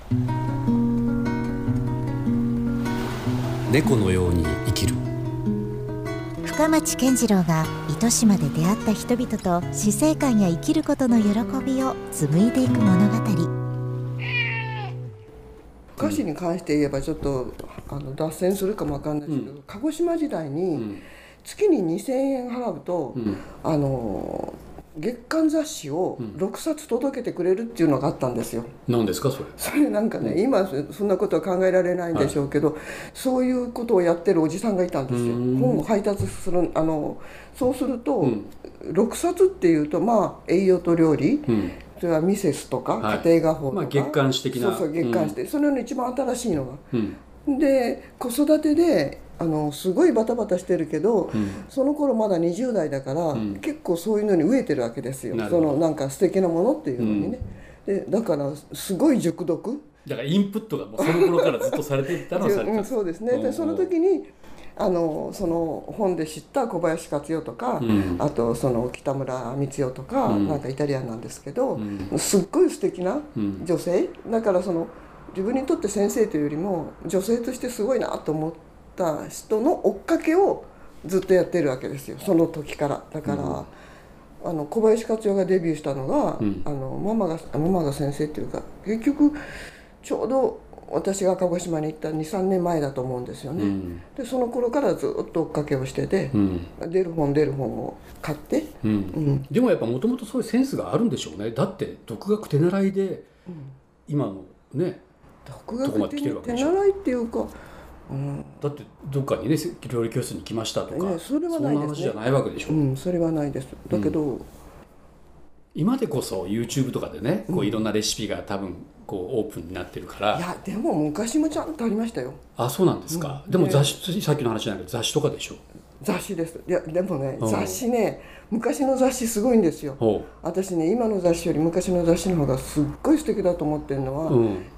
猫のように生きる。 深町健次郎が糸島で出会った人々と死生観や生きることの喜びを紡いでいく物語。 歌詞に関して言えばちょっと脱線するかもわかんないですけど、鹿児島時代に月に2000円払うと、月刊雑誌を6冊届けてくれるっていうのがあったんですよ。 何ですかそれ。 それなんかね、今そんなことは考えられないんでしょうけど、そういうことをやってるおじさんがいたんですよ。本を配達するそうすると、6冊っていうと栄養と料理、それはミセスとか、家庭画報とか、 月刊誌的な。 そう月刊誌で、それの一番新しいのが、で子育てですごいバタバタしてるけど、その頃まだ20代だから、結構そういうのに飢えてるわけですよ。なんか素敵なものっていうのにね、でだからすごい熟読だからインプットがもうその頃からずっとされていったのはされてたそうですね。でその時にその本で知った小林克代とか、あとその北村光代とか、なんかイタリアンなんですけど、すっごい素敵な女性、だから自分にとって先生というよりも女性としてすごいなと思った人の追っかけをずっとやってるわけですよ、その時から。だから、小林克代がデビューしたのが、ママが先生っていうか、結局ちょうど私が鹿児島に行った 2,3 年前だと思うんですよね。でその頃からずっと追っかけをしてて、出る本を買って、 でもやっぱもともとそういうセンスがあるんでしょうね。だって独学手習いで、今のね独学手習いっていうか、 だってどっかにね料理教室に来ましたとか、 それはないですね。 そんな話じゃないわけでしょ。 それはないです。だけど、 今でこそ YouTube とかでね、こういろんなレシピが多分こうオープンになってるから。 いやでも昔もちゃんとありましたよ。 あ、そうなんですか。でも雑誌、さっきの話じゃないけど雑誌とかでしょ。 雑誌です。いやでもね、雑誌ね、昔の雑誌すごいんですよ。私ね、今の雑誌より昔の雑誌の方がすっごい素敵だと思ってるのは、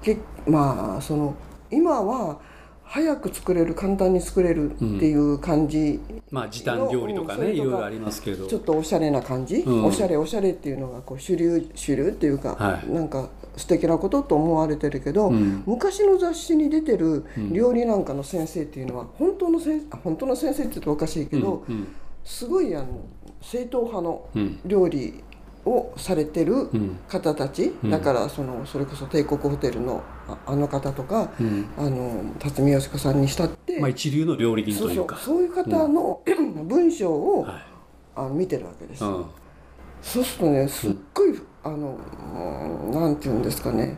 今は早く作れる、簡単に作れるっていう感じ、 時短料理とかね、いろいろありますけど、 ちょっとおしゃれな感じ、おしゃれっていうのがこう主流っていうか、なんか素敵なことと思われてるけど、昔の雑誌に出てる料理なんかの先生っていうのは、本当の先生って言うとおかしいけど、すごい正統派の料理をされてる方たち、だからそれこそ帝国ホテルのあの方とか、辰巳佳子さんにしたって、 一流の料理人というか、 そういう方の文章を見てるわけです。そうするとね、すっごいなんていうんですかね、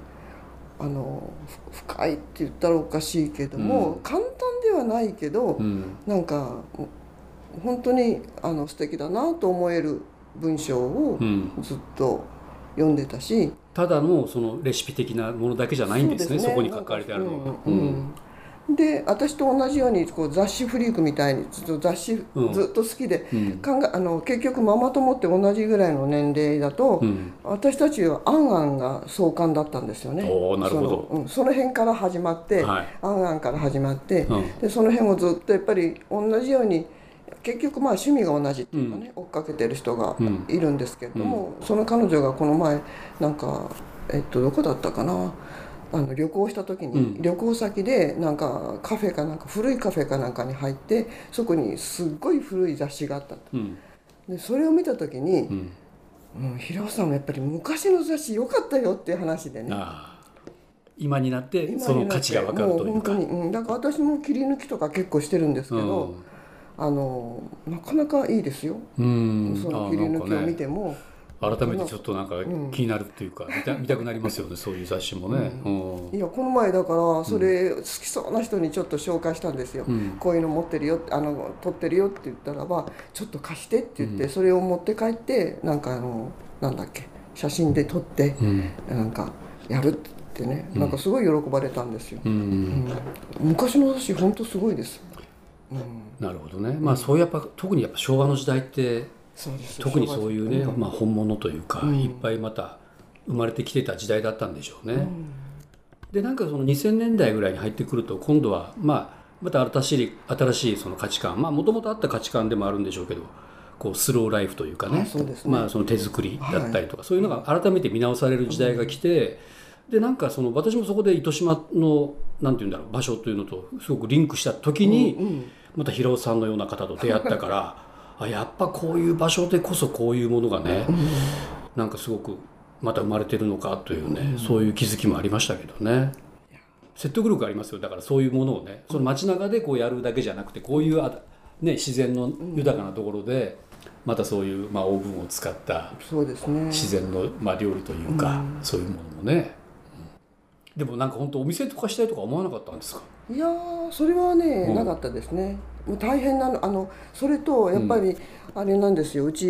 深いって言ったらおかしいけども、簡単ではないけど、なんか本当に素敵だなと思える文章をずっと読んでたし、 ただのそのレシピ的なものだけじゃないんですね、そこに書かれてあるのは。 で私と同じようにこう雑誌フリークみたいに雑誌ずっと好きで、結局ママ友って同じぐらいの年齢だと、私たちはアンアンが創刊だったんですよね。 なるほど。 その辺から始まって、アンアンから始まって、でその辺をずっとやっぱり同じように、結局趣味が同じっていうかね、追っかけてる人がいるんですけれども、その彼女がこの前なんかどこだったかな、旅行した時に、旅行先でなんかカフェかなんか古いカフェかなんかに入って、そこにすっごい古い雑誌があったと、でそれを見た時に、平尾さんはやっぱり昔の雑誌良かったよっていう話でね、 今になってその価値が分かるというか、 だから私も切り抜きとか結構してるんですけど、なかなかいいですよ。その切り抜きを見ても改めてちょっとなんか気になるっていうか、見たくなりますよね、そういう雑誌もね。 いやこの前だからそれ好きそうな人にちょっと紹介したんですよ。こういうの持ってるよ、撮ってるよって言ったらば、ちょっと貸してって言って、それを持って帰って、なんかなんだっけ、写真で撮って、なんかやるってね、なんかすごい喜ばれたんですよ。昔の雑誌本当すごいです。 なるほどね。そういう特にやっぱ昭和の時代って特にそういうね、本物というか、いっぱいまた生まれてきてた時代だったんでしょうね。でなんかその2000年代ぐらいに入ってくると、今度はまた新しいその価値観、もともとあった価値観でもあるんでしょうけど、こうスローライフというかね、その手作りだったりとか、そういうのが改めて見直される時代が来て、 でなんか私もそこで糸島のなんていうんだろう場所というのとすごくリンクした時に、また平尾さんのような方と出会ったからやっぱこういう場所でこそこういうものがね、なんかすごくまた生まれてるのかというね、そういう気づきもありましたけどね。説得力ありますよ。だからそういうものをね、その街中でこうやるだけじゃなくて、こういうね、自然の豊かなところでまたそういう、オーブンを使った自然の、料理というか、そういうものもね、でもなんか本当お店とかしたいとか思わなかったんですか？ いやそれはね、なかったですね。もう大変なのそれとやっぱりあれなんですよ、うち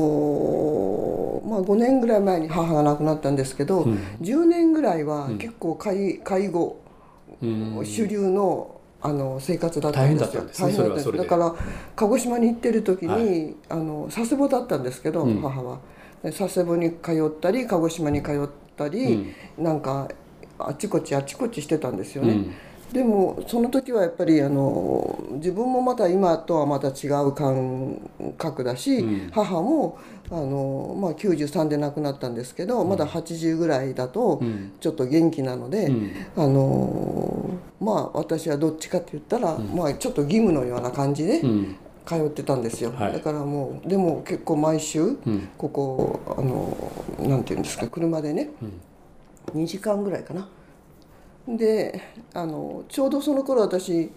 5年ぐらい前に母が亡くなったんですけど、10年ぐらいは結構介護主流の生活だったんですよ。大変だったんです。だから鹿児島に行ってる時に、佐世保だったんですけど、母は佐世保に通ったり鹿児島に通ったり、なんかあちこちしてたんですよね。でもその時はやっぱり自分もまた今とはまた違う感覚だし、母も93で亡くなったんですけど、まだ80ぐらいだとちょっと元気なので、私はどっちかって言ったら、ちょっと義務のような感じで通ってたんですよ。だからもうでも結構毎週ここなんていうんですか、車でね、2時間ぐらいかな。でちょうどその頃私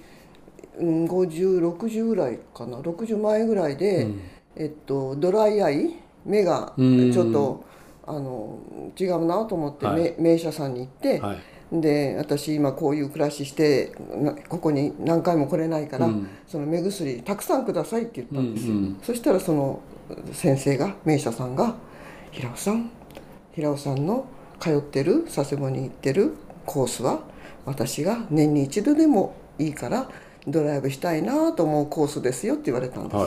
5060ぐらいかな、60前ぐらいで、ドライアイ、目がちょっと違うなと思って、名医者さんに行って、で私今こういう暮らししてここに何回も来れないから、その目薬たくさんくださいって言ったんですよ。そしたらその先生が、名医者さんが「平尾さんの通ってる佐世保に行ってるコースは私が年に一度でもいいからドライブしたいなと思うコースですよ」って言われたんです。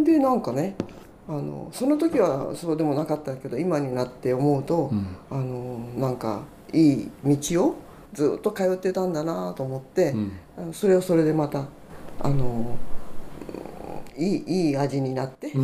でなんかね、その時はそうでもなかったけど、今になって思うと、なんかいい道をずっと通ってたんだなと思って、それはそれでまたいい味になって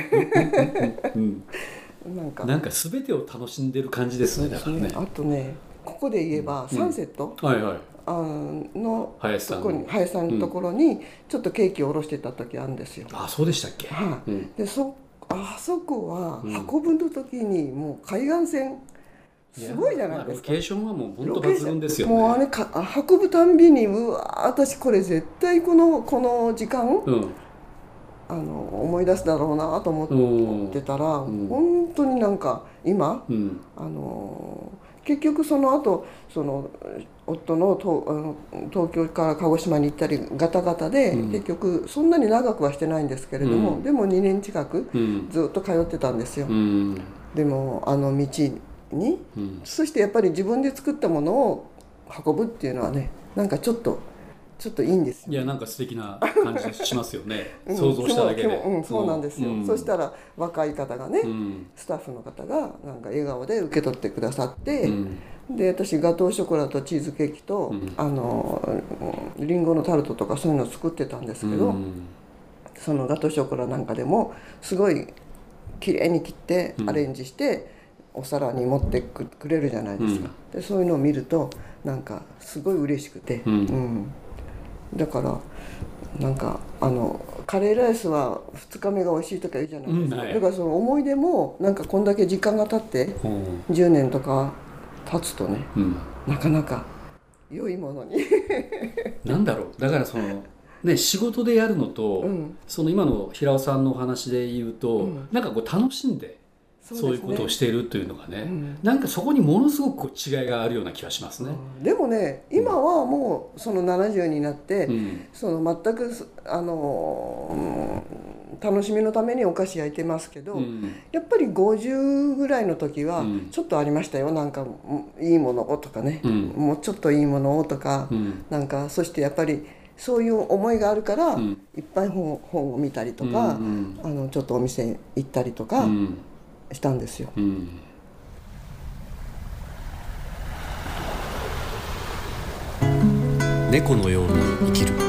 なんか全てを楽しんでる感じですね。だからね。あとね、ここで言えばサンセットの林さんのところにちょっとケーキを下ろしてた時あるんですよ。 あ、そうでしたっけ？ であそこは運ぶの時にもう海岸線すごいじゃないですか。 ロケーションはもう本当抜群ですよね。 もうあれ運ぶたんびに私これ絶対この時間、思い出すだろうなと思ってたら、本当になんか今、結局その後夫の東京から鹿児島に行ったりガタガタで、結局そんなに長くはしてないんですけれども、でも2年近くずっと通ってたんですよ。でも道に、そしてやっぱり自分で作ったものを運ぶっていうのはね、なんかちょっといいんですよ。 いや、なんか素敵な感じしますよね。想像しただけで。 そうなんですよ。そしたら若い方がね、スタッフの方がなんか笑顔で受け取ってくださって、で私ガトーショコラとチーズケーキと、リンゴのタルトとかそういうのを作ってたんですけど、そのガトーショコラなんかでもすごい綺麗に切ってアレンジしてお皿に持ってくれるじゃないですか。でそういうのを見るとなんかすごい嬉しくて、だからなんかカレーライスは2日目が美味しいとか言うじゃないですか。だからその思い出もなんかこんだけ時間が経って10年とか経つとね、なかなか良いものになんだろう、だから仕事でやるのと、その今の平尾さんのお話で言うと、なんかこう楽しんでそういうことをしているというのがね、なんかそこにものすごく違いがあるような気がしますね。 でもね、今はもうその70になって、全く楽しみのためにお菓子焼いてますけど、やっぱり50ぐらいの時はちょっとありましたよ。なんかいいものをとかね、もうちょっといいものをとか、なんかそしてやっぱりそういう思いがあるから、いっぱい本を見たりとか、ちょっとお店行ったりとかしたんですよ。 猫のように生きる。